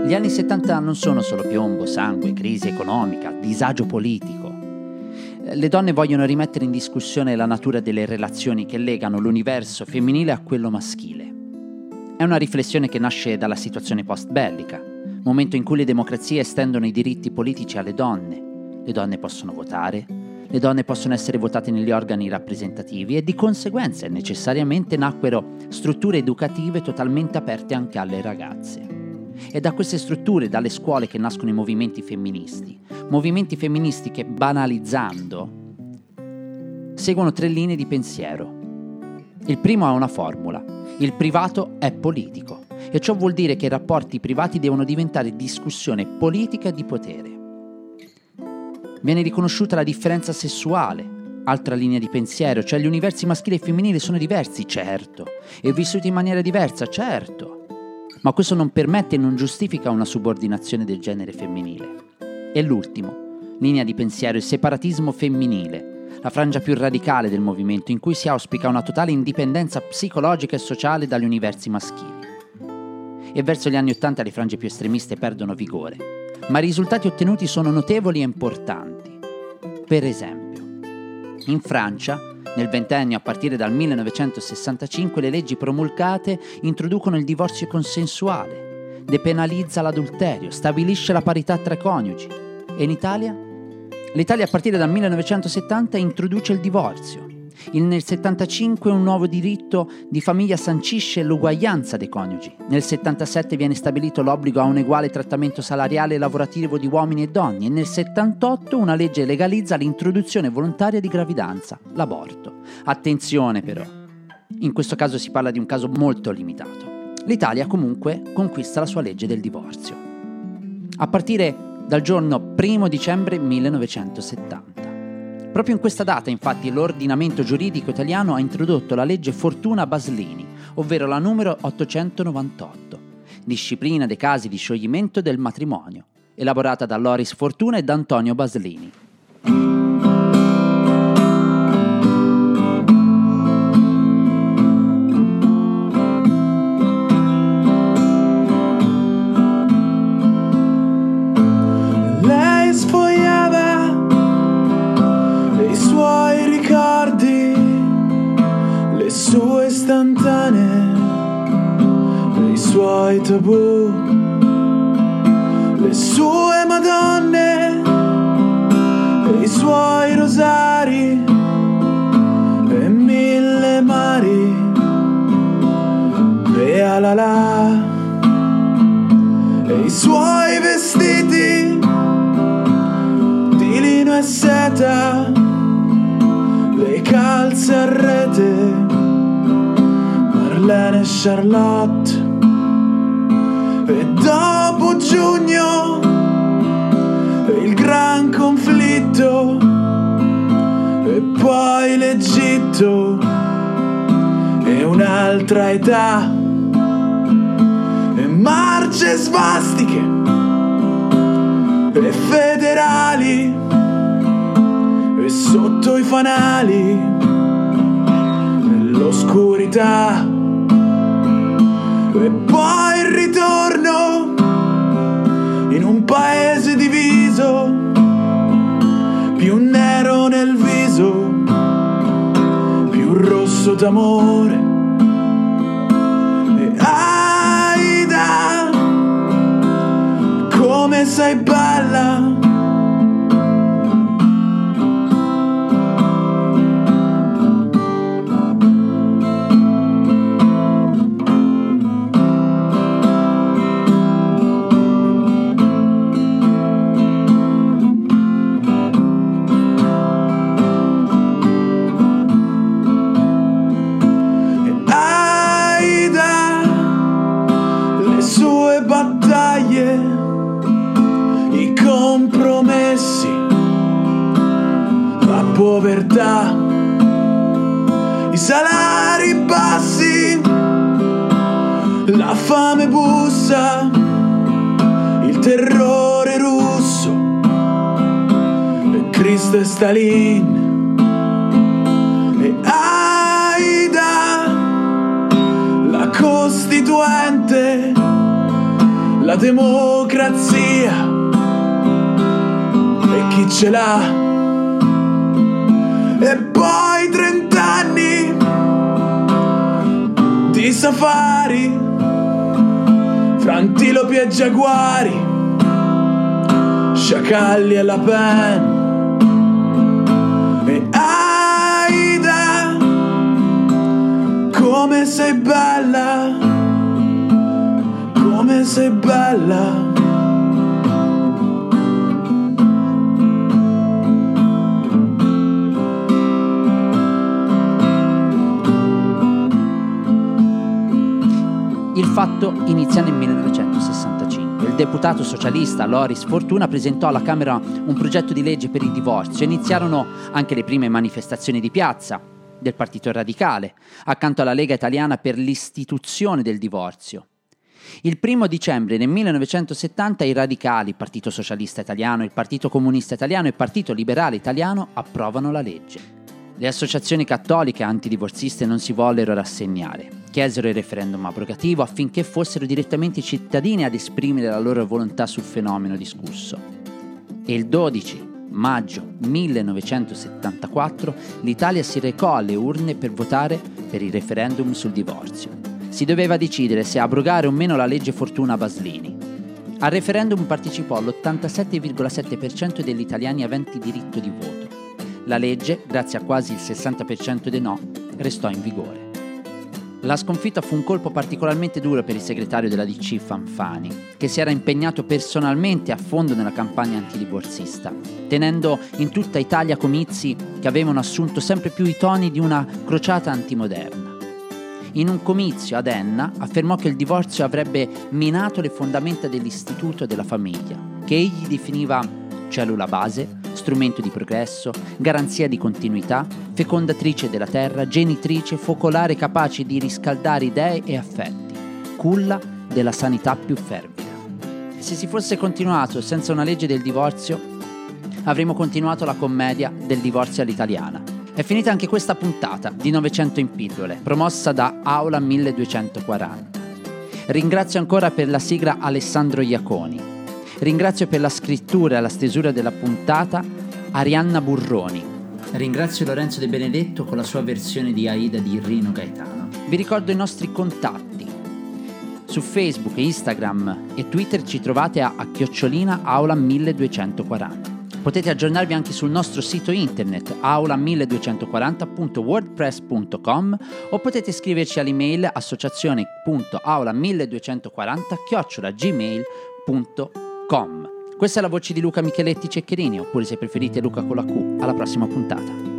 Gli anni 70 non sono solo piombo, sangue, crisi economica, disagio politico. Le donne vogliono rimettere in discussione la natura delle relazioni che legano l'universo femminile a quello maschile. È una riflessione che nasce dalla situazione post-bellica, momento in cui le democrazie estendono i diritti politici alle donne. Le donne possono votare, le donne possono essere votate negli organi rappresentativi e di conseguenza necessariamente nacquero strutture educative totalmente aperte anche alle ragazze. È da queste strutture, dalle scuole, che nascono i movimenti femministi che, banalizzando, seguono 3 linee di pensiero. Il primo ha una formula: il privato è politico, e ciò vuol dire che i rapporti privati devono diventare discussione politica di potere. Viene riconosciuta la differenza sessuale, altra linea di pensiero, cioè gli universi maschile e femminile sono diversi, certo, e vissuti in maniera diversa, certo, ma questo non permette e non giustifica una subordinazione del genere femminile. E l'ultimo, linea di pensiero, il separatismo femminile, la frangia più radicale del movimento, in cui si auspica una totale indipendenza psicologica e sociale dagli universi maschili. E verso gli anni '80 le frange più estremiste perdono vigore, ma i risultati ottenuti sono notevoli e importanti. Per esempio, in Francia, nel ventennio a partire dal 1965, le leggi promulgate introducono il divorzio consensuale, depenalizza l'adulterio, stabilisce la parità tra coniugi. E in Italia? L'Italia a partire dal 1970 introduce il divorzio. Nel 75 un nuovo diritto di famiglia sancisce l'uguaglianza dei coniugi. Nel 77 viene stabilito l'obbligo a un uguale trattamento salariale e lavorativo di uomini e donne, e nel 78 una legge legalizza l'introduzione volontaria di gravidanza, l'aborto. Attenzione però, in questo caso si parla di un caso molto limitato. L'Italia comunque conquista la sua legge del divorzio, a partire dal giorno 1 dicembre 1970. Proprio in questa data, infatti, l'ordinamento giuridico italiano ha introdotto la legge Fortuna-Baslini, ovvero la numero 898, disciplina dei casi di scioglimento del matrimonio, elaborata da Loris Fortuna e da Antonio Baslini. Lei sfogliava i suoi ricordi, le sue istantanee, i suoi tabù, le sue madonne, i suoi rosari e 1000 mari. E la la, e i suoi vestiti di lino e seta, le calze a rete, Marlene e Charlotte. E dopo giugno il gran conflitto, e poi l'Egitto e un'altra età, e marce svastiche e federali, e sotto i fanali l'oscurità, e poi il ritorno in un paese diviso, più nero nel viso, più rosso d'amore. E Aida, come sei bella, i compromessi, la povertà, i salari bassi, la fame bussa, il terrore russo, e Cristo e Stalin, e Aida, la Costituente, la democrazia e chi ce l'ha. E poi 30 anni di safari fra antilopi e giaguari, sciacalli e la pen. E Aida, come sei bella, come sei bella. Il fatto inizia nel 1965. Il deputato socialista Loris Fortuna presentò alla Camera un progetto di legge per il divorzio e iniziarono anche le prime manifestazioni di piazza del Partito Radicale, accanto alla Lega Italiana per l'istituzione del divorzio. Il 1 dicembre del 1970 i radicali, il Partito Socialista Italiano, il Partito Comunista Italiano e il Partito Liberale Italiano approvano la legge. Le associazioni cattoliche antidivorziste non si vollero rassegnare. Chiesero il referendum abrogativo affinché fossero direttamente i cittadini ad esprimere la loro volontà sul fenomeno discusso. E il 12 maggio 1974 l'Italia si recò alle urne per votare per il referendum sul divorzio. Si doveva decidere se abrogare o meno la legge Fortuna-Baslini. Al referendum partecipò l'87,7% degli italiani aventi diritto di voto. La legge, grazie a quasi il 60% dei no, restò in vigore. La sconfitta fu un colpo particolarmente duro per il segretario della DC Fanfani, che si era impegnato personalmente a fondo nella campagna antidivorzista, tenendo in tutta Italia comizi che avevano assunto sempre più i toni di una crociata antimoderna. In un comizio ad Enna affermò che il divorzio avrebbe minato le fondamenta dell'istituto della famiglia, che egli definiva cellula base, strumento di progresso, garanzia di continuità, fecondatrice della terra, genitrice, focolare capace di riscaldare idee e affetti, culla della sanità più fervida. E se si fosse continuato senza una legge del divorzio, avremmo continuato la commedia del divorzio all'italiana. È finita anche questa puntata di 900 in pillole, promossa da Aula 1240. Ringrazio ancora per la sigla Alessandro Iaconi. Ringrazio per la scrittura e la stesura della puntata Arianna Burroni. Ringrazio Lorenzo De Benedetto con la sua versione di Aida di Rino Gaetano. Vi ricordo i nostri contatti. Su Facebook, Instagram e Twitter ci trovate a @Aula 1240. Potete aggiornarvi anche sul nostro sito internet aula1240.wordpress.com o potete scriverci all'email associazione.aula1240@gmail.com. Questa è la voce di Luca Micheletti Ceccherini, oppure se preferite Luca con la Q. Alla prossima puntata.